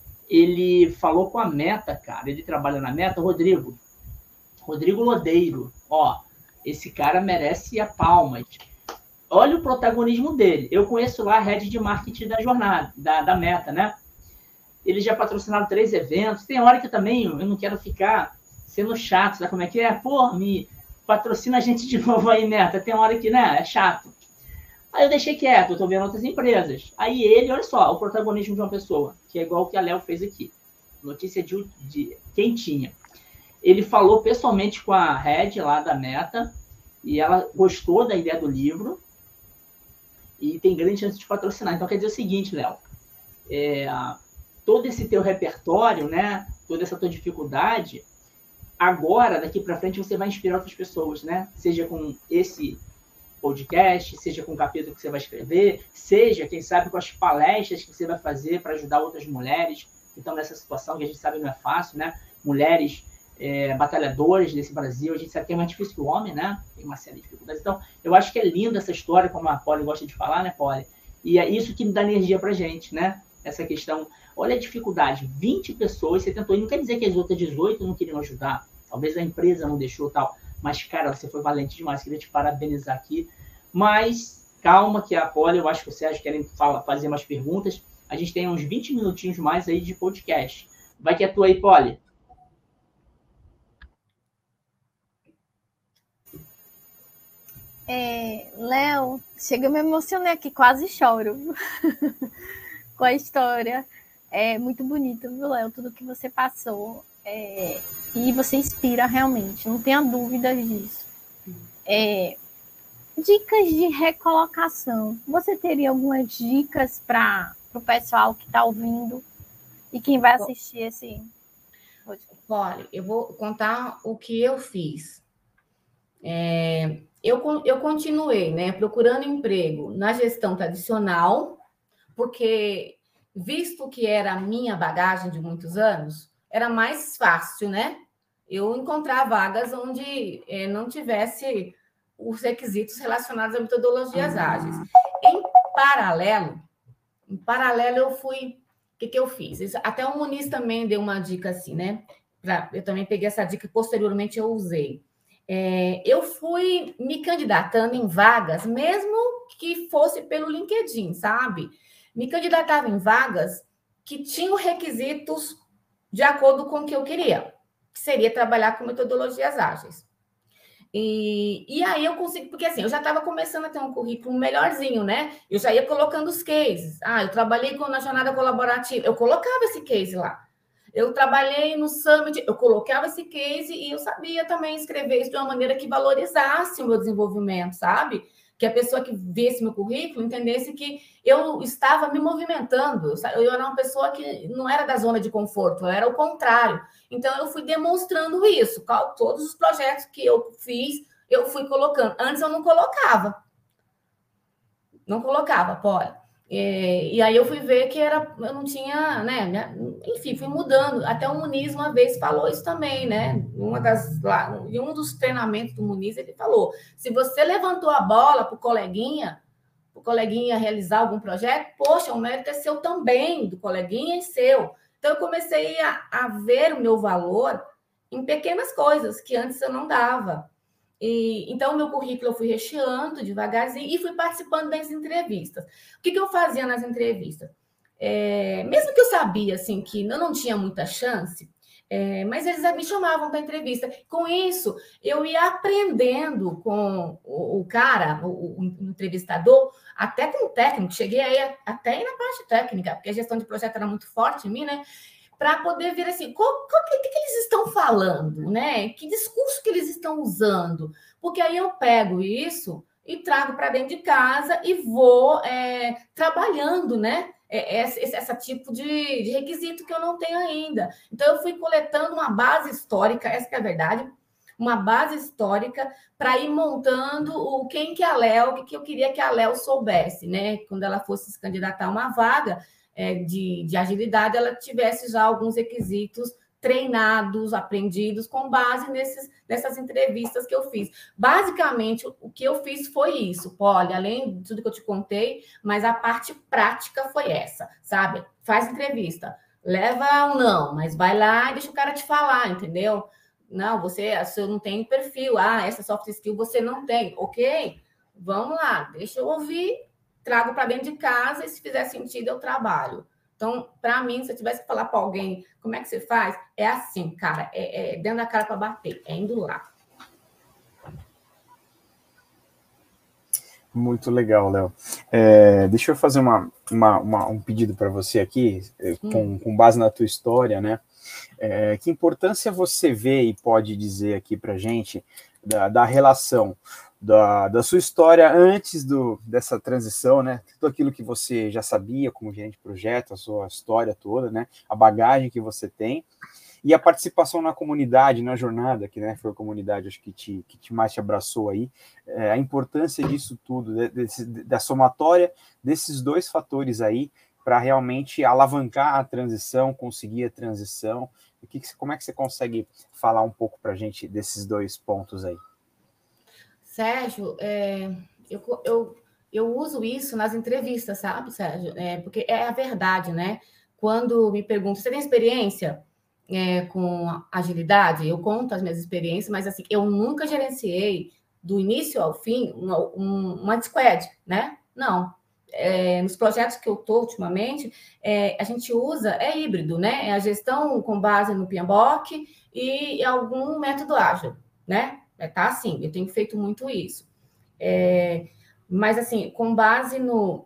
Ele falou com a Meta, cara. Ele trabalha na Meta. Rodrigo. Rodrigo Lodeiro. Ó, esse cara merece a palma. Olha o protagonismo dele. Eu conheço lá a head de marketing da jornada, da, da Meta, né? Ele já patrocinaram três eventos. Tem hora que também eu não quero ficar sendo chato, sabe como é que é? Pô, me patrocina a gente de novo aí, Meta. Tem hora que, né, é chato. Aí eu deixei quieto, eu tô vendo outras empresas. Aí ele, olha só, o protagonismo de uma pessoa, que é igual o que a Léo fez aqui. Notícia de, de quentinha. Ele falou pessoalmente com a head lá da Meta, e ela gostou da ideia do livro, e tem grande chance de patrocinar. Então quer dizer o seguinte, Léo, é, todo esse teu repertório, né, toda essa tua dificuldade, agora, daqui para frente, você vai inspirar outras pessoas, né? Seja com esse podcast, seja com o capítulo que você vai escrever, seja, quem sabe, com as palestras que você vai fazer para ajudar outras mulheres que estão nessa situação, que a gente sabe não é fácil, né? Mulheres é, batalhadoras desse Brasil, a gente sabe que é mais difícil que o homem, né? Tem uma série de dificuldades. Então, eu acho que é linda essa história, como a Polly gosta de falar, né, Polly? E é isso que dá energia pra gente, né? Essa questão, olha a dificuldade, vinte pessoas, você tentou, e não quer dizer que as outras dezoito não queriam ajudar, talvez a empresa não deixou tal, Mas, cara, você foi valente demais, queria te parabenizar aqui. Mas calma que a Poli, eu acho que o Sérgio querem falar, fazer mais perguntas. A gente tem uns vinte minutinhos mais aí de podcast. Vai que é tua aí, Poli. É, Léo, chega, eu me emocionei aqui, quase choro com a história. É muito bonito, viu, Léo? Tudo que você passou. É, e você inspira realmente, não tenha dúvida disso. É, dicas de recolocação. Você teria algumas dicas para o pessoal que está ouvindo e quem vai assistir esse podcast? Olha, eu vou contar o que eu fiz. É, eu, eu continuei, né, procurando emprego na gestão tradicional, porque, visto que era a minha bagagem de muitos anos, era mais fácil, né? Eu encontrar vagas onde é, não tivesse os requisitos relacionados a metodologias ágeis. Em paralelo, em paralelo eu fui... O que, que eu fiz? Isso, até o Muniz também deu uma dica assim, né? Pra, eu também peguei essa dica e posteriormente eu usei. É, eu fui me candidatando em vagas, mesmo que fosse pelo LinkedIn, sabe? Me candidatava em vagas que tinham requisitos de acordo com o que eu queria, que seria trabalhar com metodologias ágeis. E, e aí eu consigo, porque assim, eu já estava começando a ter um currículo melhorzinho, né? Eu já ia colocando os cases. Ah, eu trabalhei com, na jornada colaborativa, eu colocava esse case lá. Eu trabalhei no Summit, eu colocava esse case e eu sabia também escrever isso de uma maneira que valorizasse o meu desenvolvimento, sabe? Que a pessoa que visse meu currículo entendesse que eu estava me movimentando. Eu era uma pessoa que não era da zona de conforto, eu era o contrário. Então, eu fui demonstrando isso. Todos os projetos que eu fiz, eu fui colocando. Antes, eu não colocava. Não colocava, pode. E, e aí eu fui ver que era, eu não tinha, né? Enfim, fui mudando. Até o Muniz uma vez falou isso também, né? Uma das, lá, em um dos treinamentos do Muniz, ele falou: se você levantou a bola para o coleguinha, o coleguinha realizar algum projeto, poxa, o mérito é seu também, do coleguinha e seu. Então, eu comecei a, a ver o meu valor em pequenas coisas que antes eu não dava. E, então, o meu currículo eu fui recheando devagarzinho e fui participando das entrevistas. O que, que eu fazia nas entrevistas? É, mesmo que eu sabia assim, que eu não tinha muita chance, é, mas eles me chamavam para entrevista. Com isso, eu ia aprendendo com o, o cara, o, o entrevistador, até com o técnico. Cheguei aí até aí na parte técnica, porque a gestão de projeto era muito forte em mim, né? Para poder ver assim, o que, que eles estão falando, né? Que discurso que eles estão usando? Porque aí eu pego isso e trago para dentro de casa e vou é, trabalhando, né? Esse, esse tipo de, de requisito que eu não tenho ainda. Então, eu fui coletando uma base histórica, essa que é a verdade, uma base histórica para ir montando o quem que é a Léo, o que, que eu queria que a Léo soubesse, né? Quando ela fosse se candidatar a uma vaga, De, de agilidade, ela tivesse já alguns requisitos treinados, aprendidos, com base nesses, nessas entrevistas que eu fiz. Basicamente, o que eu fiz foi isso, Poli, além de tudo que eu te contei, mas a parte prática foi essa, sabe? Faz entrevista, leva um não, mas vai lá e deixa o cara te falar, entendeu? Não, você, você não tem perfil, ah, essa soft skill você não tem, ok? Vamos lá, deixa eu ouvir, trago para dentro de casa e se fizer sentido eu trabalho. Então, para mim, se eu tivesse que falar para alguém como é que você faz, é assim, cara, é, é dentro da cara para bater, é indo lá. Muito legal, Léo. É, deixa eu fazer uma, uma, uma, um pedido para você aqui, com, hum. com base na tua história, né? É, que importância você vê e pode dizer aqui para gente da, da relação Da, da sua história antes do, dessa transição, né? Tudo aquilo que você já sabia como gerente de projeto, a sua história toda, né? A bagagem que você tem e a participação na comunidade, na jornada, que né, foi a comunidade acho que te, que te mais te abraçou aí, é, a importância disso tudo, desse, da somatória desses dois fatores aí para realmente alavancar a transição, conseguir a transição. O que, como é que você consegue falar um pouco para a gente desses dois pontos aí? Sérgio, é, eu, eu, eu uso isso nas entrevistas, sabe, Sérgio? É, porque é a verdade, né? Quando me perguntam, você tem experiência? é, com agilidade, eu conto as minhas experiências, mas assim, eu nunca gerenciei do início ao fim uma, uma squad, né? Não. É, nos projetos que eu estou ultimamente, é, a gente usa, é híbrido, né? É a gestão com base no P M B O K e algum método ágil, né? É, tá assim, eu tenho feito muito isso. É, mas, assim, com base no...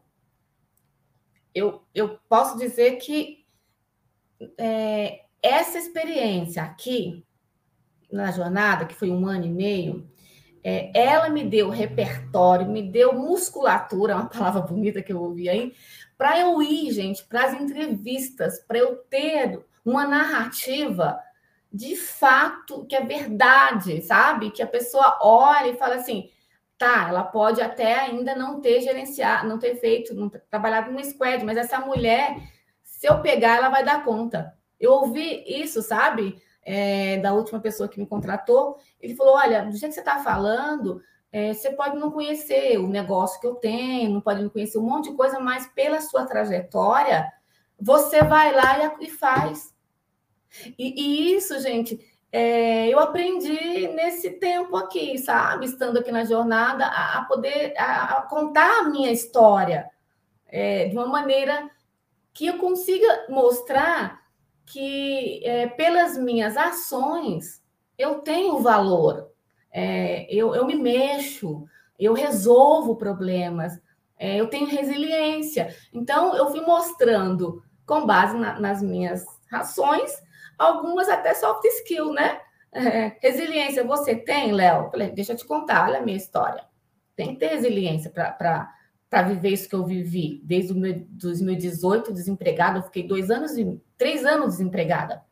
Eu, eu posso dizer que é, essa experiência aqui, na jornada, que foi um ano e meio, é, ela me deu repertório, me deu musculatura, uma palavra bonita que eu ouvi aí, para eu ir, gente, para as entrevistas, para eu ter uma narrativa de fato, que é verdade, sabe? Que a pessoa olha e fala assim, tá, ela pode até ainda não ter gerenciado, não ter feito, não ter trabalhado no squad, mas essa mulher, se eu pegar, ela vai dar conta. Eu ouvi isso, sabe? É, da última pessoa que me contratou, ele falou, olha, do jeito que você está falando, é, você pode não conhecer o negócio que eu tenho, não pode não conhecer um monte de coisa, mas pela sua trajetória, você vai lá e, e faz. E, e isso, gente, é, eu aprendi nesse tempo aqui, sabe? Estando aqui na jornada, a, a poder a, a contar a minha história é, de uma maneira que eu consiga mostrar que, é, pelas minhas ações, eu tenho valor, é, eu, eu me mexo, eu resolvo problemas, é, eu tenho resiliência. Então, eu fui mostrando, com base na, nas minhas ações, algumas até soft skill, né? É, resiliência, você tem, Léo? Falei, deixa eu te contar, olha a minha história. Tem que ter resiliência para para viver isso que eu vivi. Desde o meu, dois mil e dezoito, desempregada, eu fiquei dois anos e três anos desempregada.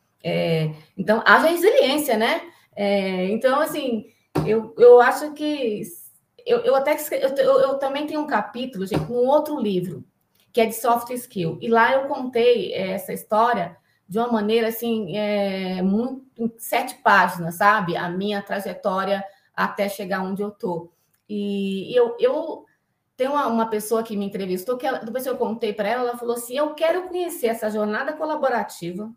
É, então, haja resiliência, né? É, então, assim, eu, eu acho que... Eu, eu até eu, eu, eu também tenho um capítulo, gente, num outro livro, que é de soft skill. E lá eu contei essa história de uma maneira, assim, é, muito, em sete páginas, sabe? A minha trajetória até chegar onde eu tô. E eu... eu Tem uma, uma pessoa que me entrevistou, que ela, depois eu contei para ela, ela falou assim, eu quero conhecer essa jornada colaborativa,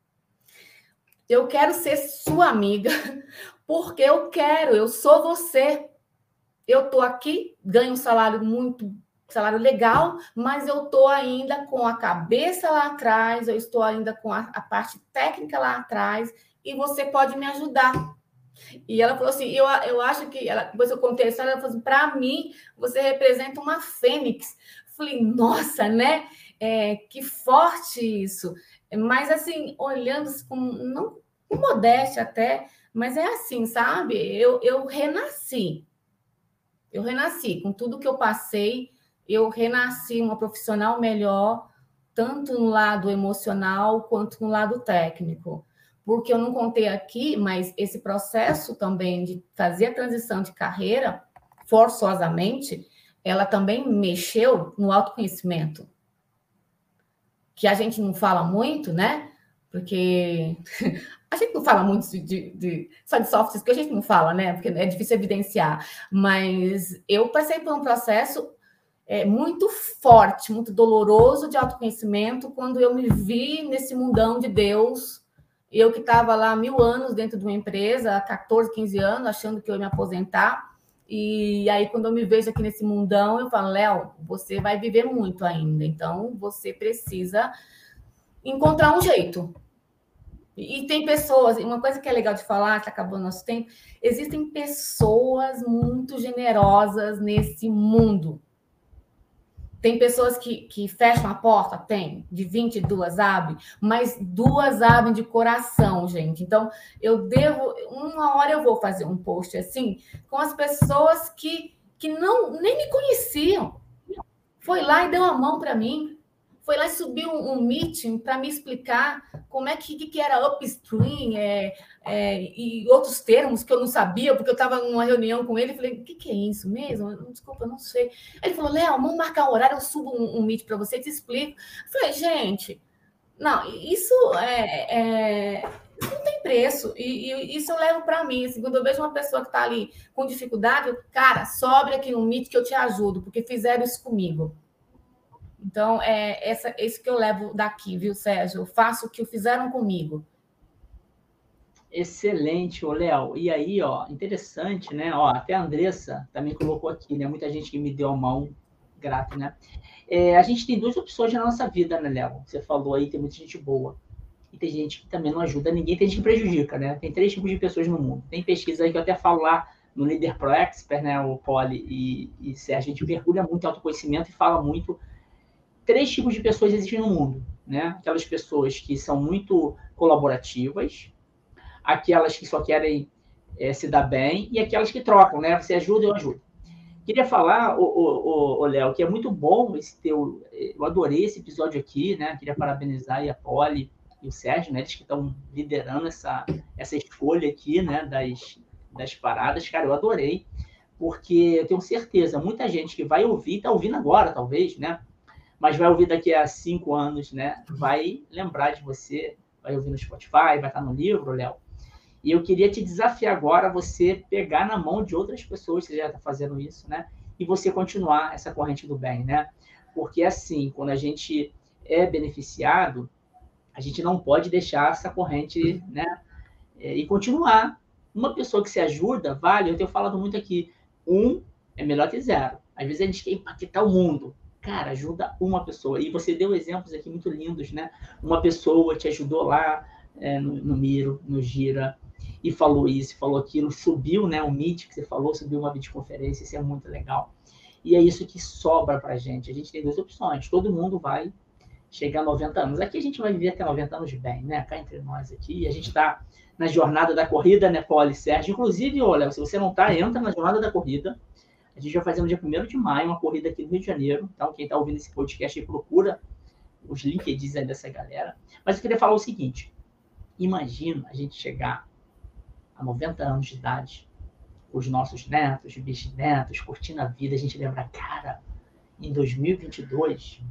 eu quero ser sua amiga, porque eu quero, eu sou você. Eu estou aqui, ganho um salário muito, salário legal, mas eu estou ainda com a cabeça lá atrás, eu estou ainda com a, a parte técnica lá atrás, e você pode me ajudar. E ela falou assim, eu, eu acho que... Ela, depois eu contei a história, ela falou assim, para mim, você representa uma fênix. Falei, nossa, né? É, que forte isso. Mas, assim, olhando com, não com modéstia até, mas é assim, sabe? Eu, eu renasci. Eu renasci. Com tudo que eu passei, eu renasci uma profissional melhor, tanto no lado emocional quanto no lado técnico. Porque eu não contei aqui, mas esse processo também de fazer a transição de carreira, forçosamente, ela também mexeu no autoconhecimento. Que a gente não fala muito, né? Porque a gente não fala muito de, de, de, só de soft skills, que a gente não fala, né? Porque é difícil evidenciar. Mas eu passei por um processo é, muito forte, muito doloroso de autoconhecimento, quando eu me vi nesse mundão de Deus. Eu que estava lá há mil anos dentro de uma empresa, há quatorze, quinze anos, achando que eu ia me aposentar. E aí, quando eu me vejo aqui nesse mundão, eu falo, Léo, você vai viver muito ainda. Então, você precisa encontrar um jeito. E tem pessoas, uma coisa que é legal de falar, que acabou o nosso tempo, existem pessoas muito generosas nesse mundo. Tem pessoas que, que fecham a porta? Tem. De vinte e duas abrem, mas duas abrem de coração, gente. Então, eu devo... Uma hora eu vou fazer um post assim, com as pessoas que, que não, nem me conheciam. Foi lá e deu a mão para mim. Foi lá e subiu um, um meeting para me explicar como é que, que era upstream é, é, e outros termos que eu não sabia, porque eu estava numa reunião com ele e falei, o que, que é isso mesmo? Desculpa, eu não sei. Ele falou, Léo, vamos marcar um horário, eu subo um, um meeting para você e te explico. Eu falei, gente, não, isso é, é, não tem preço. E, e isso eu levo para mim. Assim, quando eu vejo uma pessoa que está ali com dificuldade, eu, cara, sobe aqui no meet que eu te ajudo, porque fizeram isso comigo. Então, é essa, isso que eu levo daqui, viu, Sérgio? Eu faço o que fizeram comigo. Excelente, ô Léo. E aí, ó, interessante, né? Ó, até a Andressa também colocou aqui, né? Muita gente que me deu a mão, grato, né? É, a gente tem duas opções na nossa vida, né, Léo? Você falou aí, tem muita gente boa. E tem gente que também não ajuda ninguém, tem gente que prejudica, né? Tem três tipos de pessoas no mundo. Tem pesquisa aí que eu até falo lá no Líder Pro Expert, né? O Poli e, e Sérgio, a gente mergulha muito em autoconhecimento e fala muito. Três tipos de pessoas existem no mundo, né? Aquelas pessoas que são muito colaborativas, aquelas que só querem é, se dar bem e aquelas que trocam, né? Você ajuda, eu ajudo. Queria falar, o, o, o Léo, que é muito bom esse teu... Eu adorei esse episódio aqui, né? Queria parabenizar aí a Poli e o Sérgio, né? Eles que estão liderando essa, essa escolha aqui, né? Das, das paradas. Cara, eu adorei, porque eu tenho certeza, muita gente que vai ouvir, está ouvindo agora, talvez, né? Mas vai ouvir daqui a cinco anos, né? Vai lembrar de você, vai ouvir no Spotify, vai estar no livro, Léo. E eu queria te desafiar agora a você pegar na mão de outras pessoas, você já está fazendo isso, né? E você continuar essa corrente do bem, né? Porque, assim, quando a gente é beneficiado, a gente não pode deixar essa corrente, né? E continuar. Uma pessoa que se ajuda, vale, eu tenho falado muito aqui, um é melhor que zero. Às vezes a gente quer impactar o mundo. Cara, ajuda uma pessoa. E você deu exemplos aqui muito lindos, né? Uma pessoa te ajudou lá é, no, no Miro, no Gira, e falou isso, falou aquilo, subiu, né, o Meet que você falou, subiu uma videoconferência, isso é muito legal. E é isso que sobra pra gente. A gente tem duas opções, todo mundo vai chegar a noventa anos. Aqui a gente vai viver até noventa anos de bem, né, cá entre nós aqui, e a gente tá na jornada da corrida, né, Poli, Sérgio, inclusive, olha, se você não tá, entra na jornada da corrida, a gente vai fazer no dia primeiro de maio uma corrida aqui no Rio de Janeiro, então quem tá ouvindo esse podcast aí procura os LinkedIns aí dessa galera. Mas eu queria falar o seguinte, imagina a gente chegar a noventa anos de idade, os nossos netos, bisnetos, curtindo a vida, a gente lembra, cara, em dois mil e vinte e dois,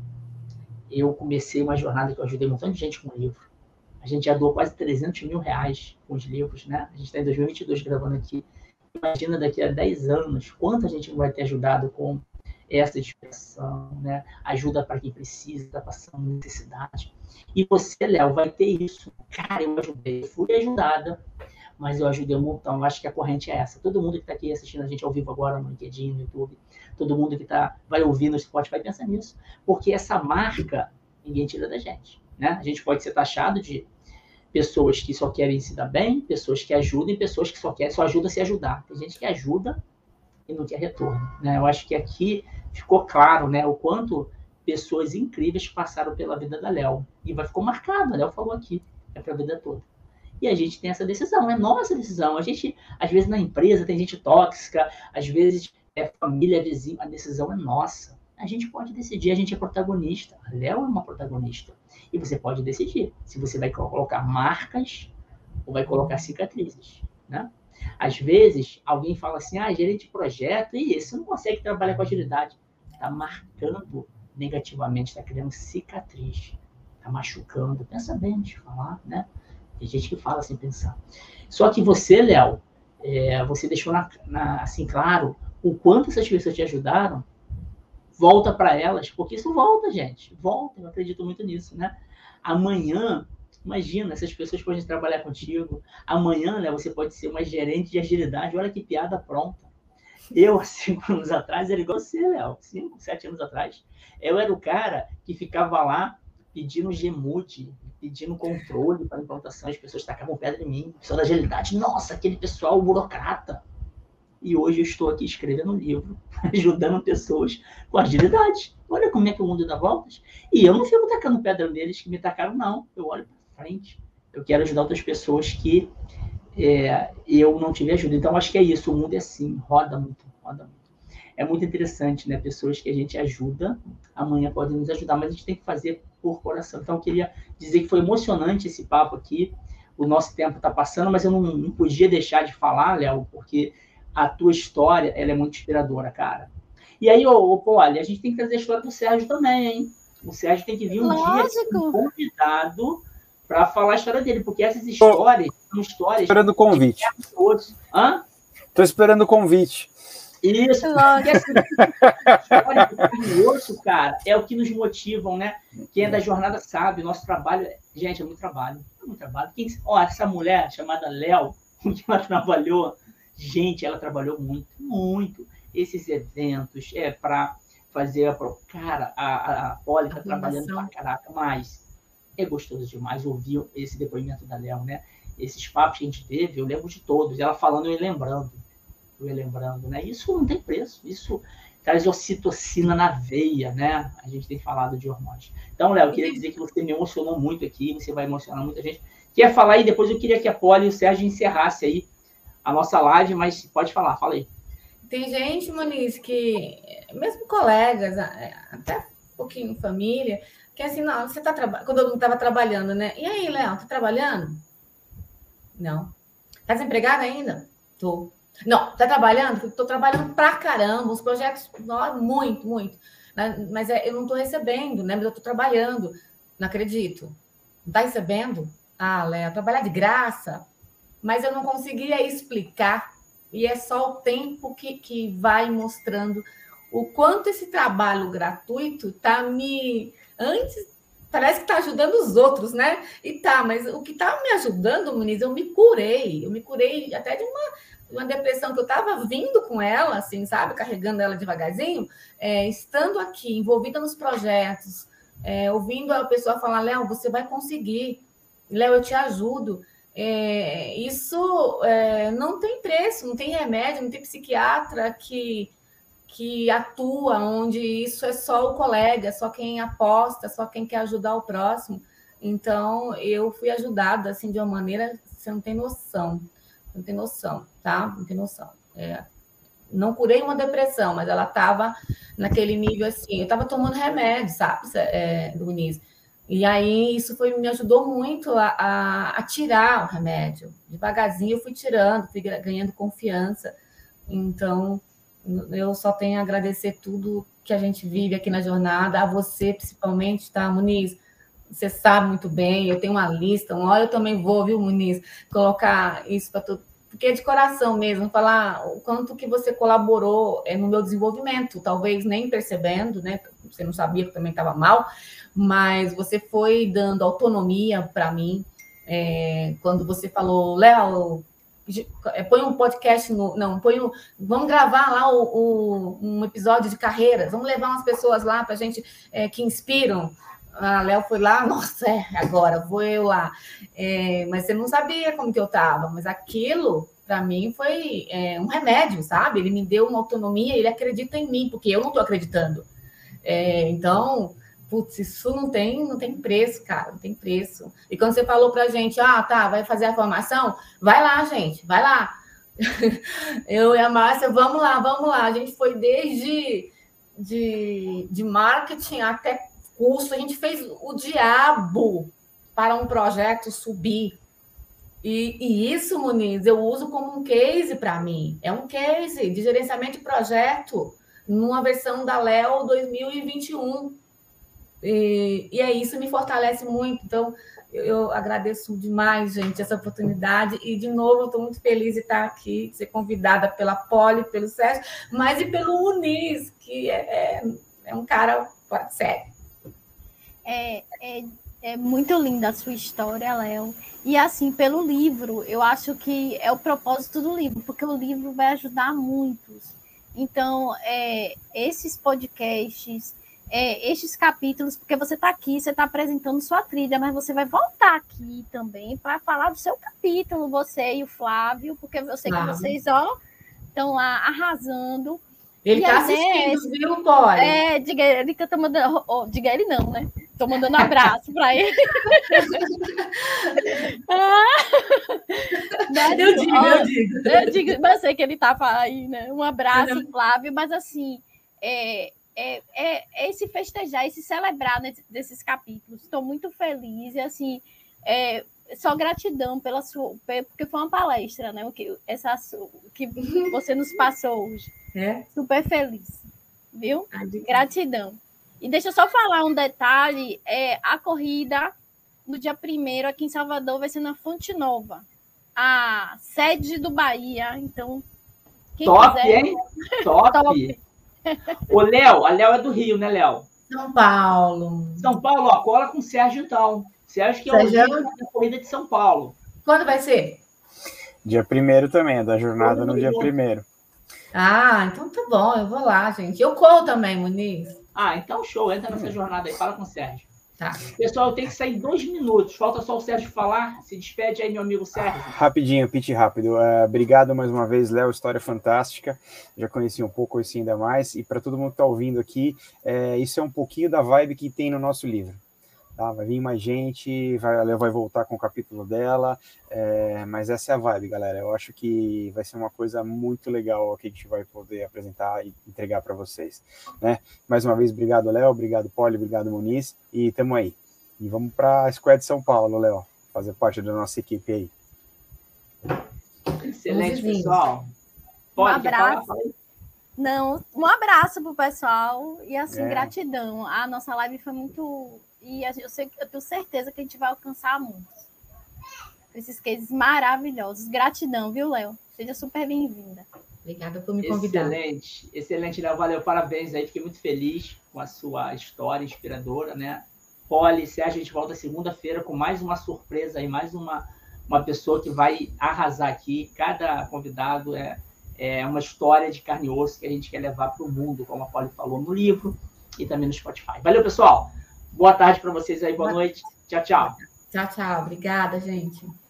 eu comecei uma jornada que eu ajudei um montão de gente com o livro. A gente já doou quase trezentos mil reais com os livros, né? A gente está em dois mil e vinte e dois gravando aqui. Imagina daqui a dez anos, quanta gente vai ter ajudado com essa expressão, né? Ajuda para quem precisa, está passando necessidade. E você, Léo, vai ter isso. Cara, eu ajudei, fui ajudada, mas eu ajudei um montão. Eu acho que a corrente é essa. Todo mundo que está aqui assistindo a gente ao vivo agora no LinkedIn, no YouTube, todo mundo que tá, vai ouvir no Spotify vai pensar nisso. Porque essa marca, ninguém tira da gente, né? A gente pode ser taxado de pessoas que só querem se dar bem, pessoas que ajudam e pessoas que só querem, só ajudam a se ajudar. Tem gente que ajuda e não quer retorno, né? Eu acho que aqui ficou claro, né, o quanto pessoas incríveis passaram pela vida da Léo. E vai ficou marcado, a Léo falou aqui, é para a vida toda. E a gente tem essa decisão, é nossa decisão. A gente, às vezes, na empresa tem gente tóxica, às vezes é família, é vizinho, a decisão é nossa. A gente pode decidir, a gente é protagonista. A Léo é uma protagonista. E você pode decidir se você vai colocar marcas ou vai colocar cicatrizes, né? Às vezes, alguém fala assim, ah, gerente de projeto, e isso não consegue trabalhar com agilidade. Está marcando negativamente, está criando cicatriz, está machucando. Pensa bem antes de falar, né? Tem gente que fala sem pensar. Só que você, Léo, é, você deixou na, na, assim claro o quanto essas pessoas te ajudaram. Volta para elas, porque isso volta, gente. Volta, eu acredito muito nisso, né? Amanhã, imagina, essas pessoas podem trabalhar contigo. Amanhã, né, você pode ser uma gerente de agilidade. Olha que piada pronta. Eu, há cinco anos atrás, era igual você, Léo. Cinco, sete anos atrás. Eu era o cara que ficava lá pedindo G M U D, pedindo controle para implantação. As pessoas tacavam pedra em mim. Pessoal da agilidade. Nossa, aquele pessoal burocrata. E hoje eu estou aqui escrevendo um livro, ajudando pessoas com agilidade. Olha como é que o mundo dá voltas. E eu não fico tacando pedra neles que me tacaram, não. Eu olho para frente. Eu quero ajudar outras pessoas que é, eu não tive ajuda. Então, acho que é isso. O mundo é assim, roda muito, roda muito. É muito interessante, né? Pessoas que a gente ajuda, amanhã podem nos ajudar, mas a gente tem que fazer por coração. Então, eu queria dizer que foi emocionante esse papo aqui. O nosso tempo está passando, mas eu não, não podia deixar de falar, Léo, porque a tua história, ela é muito inspiradora, cara. E aí, ô, ô Poli, a gente tem que trazer a história do Sérgio também, hein? O Sérgio tem que vir um Lógico. dia como convidado para falar a história dele, porque essas histórias Tô são histórias... Esperando o convite. Hã? Tô esperando o convite. Isso, porque essa história do carne e osso, cara, é o que nos motivam, né? Quem é da jornada sabe, o nosso trabalho Gente, é muito trabalho. É muito trabalho. Quem... Ó, essa mulher chamada Léo, que ela trabalhou, gente, ela trabalhou muito, muito. Esses eventos é para fazer... Cara, a, a Poli está trabalhando pra caraca, mas é gostoso demais ouvir esse depoimento da Léo, né? Esses papos que a gente teve, eu lembro de todos. Ela falando, eu ia lembrando. Eu ia lembrando, né? Isso não tem preço. Isso traz ocitocina na veia, né? A gente tem falado de hormônios. Então, Léo, eu queria dizer que você me emocionou muito aqui, você vai emocionar muita gente. Quer falar aí? Depois eu queria que a Poli e o Sérgio encerrasse aí a nossa live, mas pode falar, fala aí. Tem gente, Moniz, que, mesmo colegas, até um pouquinho família, que assim, não, você tá trabalhando, quando eu não estava trabalhando, né? E aí, Léo, tá trabalhando? Não. Tá desempregada ainda? Tô. Não, tá trabalhando? Tô trabalhando pra caramba, os projetos, muito, muito. Mas é, eu não tô recebendo, né? Mas eu tô trabalhando. Não acredito. Não tá recebendo? Ah, Léo, trabalhar de graça. Mas eu não conseguia explicar. E é só o tempo que, que vai mostrando o quanto esse trabalho gratuito tá me... Antes, parece que tá ajudando os outros, né? E tá, mas o que tá me ajudando, Muniz, eu me curei. Eu me curei até de uma, uma depressão que eu tava vindo com ela, assim, sabe? Carregando ela devagarzinho. É, estando aqui, envolvida nos projetos, é, ouvindo a pessoa falar, Léo, você vai conseguir. Léo, eu te ajudo. É, isso é, não tem preço, não tem remédio, não tem psiquiatra que, que atua, onde isso é só o colega, só quem aposta, só quem quer ajudar o próximo. Então, eu fui ajudada assim, de uma maneira que você não tem noção, não tem noção, tá? Não tem noção. É, não curei uma depressão, mas ela estava naquele nível assim, eu estava tomando remédio, sabe, é, Duniz? E aí, isso foi, me ajudou muito a, a, a tirar o remédio. Devagarzinho, eu fui tirando, fui ganhando confiança. Então, eu só tenho a agradecer tudo que a gente vive aqui na jornada, a você, principalmente, tá, Muniz? Você sabe muito bem, eu tenho uma lista, uma hora eu também vou, viu, Muniz, colocar isso para tudo, porque é de coração mesmo, falar o quanto que você colaborou no meu desenvolvimento, talvez nem percebendo, né? Você não sabia que eu também estava mal, mas você foi dando autonomia para mim. É, quando você falou, Léo, põe um podcast no. Não, põe um. Vamos gravar lá o, o, um episódio de carreiras, vamos levar umas pessoas lá para a gente é, que inspiram. A Léo foi lá, nossa, é, agora vou eu lá. É, mas você não sabia como que eu estava, mas aquilo, para mim, foi é, um remédio, sabe? Ele me deu uma autonomia, ele acredita em mim, porque eu não estou acreditando. É, então, putz, isso não tem, não tem preço, cara, não tem preço. E quando você falou pra gente, ah, tá, vai fazer a formação? Vai lá, gente, vai lá. Eu e a Márcia, vamos lá, vamos lá. A gente foi desde de, de marketing até curso, a gente fez o diabo para um projeto subir. E, e isso, Muniz, eu uso como um case para mim. É um case de gerenciamento de projeto numa versão da Léo dois mil e vinte e um. E, e é isso, me fortalece muito. Então, eu, eu agradeço demais, gente, essa oportunidade. E, de novo, eu estou muito feliz de estar aqui, de ser convidada pela Poli, pelo Sérgio, mas e pelo Muniz, que é, é, é um cara sério. É, é, é muito linda a sua história, Léo. E, assim, pelo livro, eu acho que é o propósito do livro, porque o livro vai ajudar muitos. Então, é, esses podcasts, é, estes capítulos, porque você está aqui, você está apresentando sua trilha, mas você vai voltar aqui também para falar do seu capítulo, você e o Flávio, porque eu sei que vocês, ó, estão lá arrasando. Ele está assistindo, viu, Poli? É, diga ele que eu tô mandando. Oh, diga ele não, né? Tô mandando um abraço para ele. ah, mas, eu digo, ó, eu digo. Eu digo, mas eu sei que ele tá aí, né? Um abraço, uhum. Flávio, mas assim, é, é, é esse festejar, esse celebrar nesse, desses capítulos. Estou muito feliz e assim, é, só gratidão pela sua, porque foi uma palestra, né? O que, essa, o que você nos passou hoje. É. Super feliz, viu? Ah, gratidão. E deixa eu só falar um detalhe, é, a corrida no dia primeiro aqui em Salvador vai ser na Fonte Nova, a sede do Bahia, então quem top, quiser... hein? Top! Top. Ô, Léo, a Léo é do Rio, né, Léo? São Paulo. São Paulo, ó, cola com o Sérgio, então. Sérgio que é o líder da corrida de São Paulo. Quando vai ser? Dia primeiro também, da jornada no dia primeiro. Ah, então tá bom, eu vou lá, gente. Eu corro também, Muniz. Ah, então show, entra nessa jornada aí, fala com o Sérgio. Tá. Pessoal, eu tenho que sair dois minutos, falta só o Sérgio falar. Se despede aí, meu amigo Sérgio. Rapidinho, pitch rápido. Uh, obrigado mais uma vez, Léo, história fantástica. Já conheci um pouco, conheci ainda mais. E para todo mundo que está ouvindo aqui, é, isso é um pouquinho da vibe que tem no nosso livro. Tá? Vai vir mais gente, vai, a Léo vai voltar com o capítulo dela, é, mas essa é a vibe, galera. Eu acho que vai ser uma coisa muito legal que a gente vai poder apresentar e entregar para vocês. Né? Mais uma vez, obrigado, Léo, obrigado, Poli, obrigado, Muniz, e tamo aí. E vamos para a Squad de São Paulo, Léo, fazer parte da nossa equipe aí. Excelente, pessoal. Pode, um abraço. Falar, Não, um abraço pro pessoal e assim, é. gratidão. A nossa live foi muito... E eu, sei, eu tenho certeza que a gente vai alcançar muitos. Esses cases maravilhosos. Gratidão, viu, Léo? Seja super bem-vinda. Obrigada por me convidar. Excelente, excelente, Léo. Valeu, parabéns aí. Fiquei muito feliz com a sua história inspiradora, né? Poli, Sérgio, a gente volta segunda-feira com mais uma surpresa aí, mais uma, uma pessoa que vai arrasar aqui. Cada convidado é, é uma história de carne e osso que a gente quer levar para o mundo, como a Poli falou no livro e também no Spotify. Valeu, pessoal! Boa tarde para vocês aí, boa noite. Tchau, tchau. Tchau, tchau. Obrigada, gente.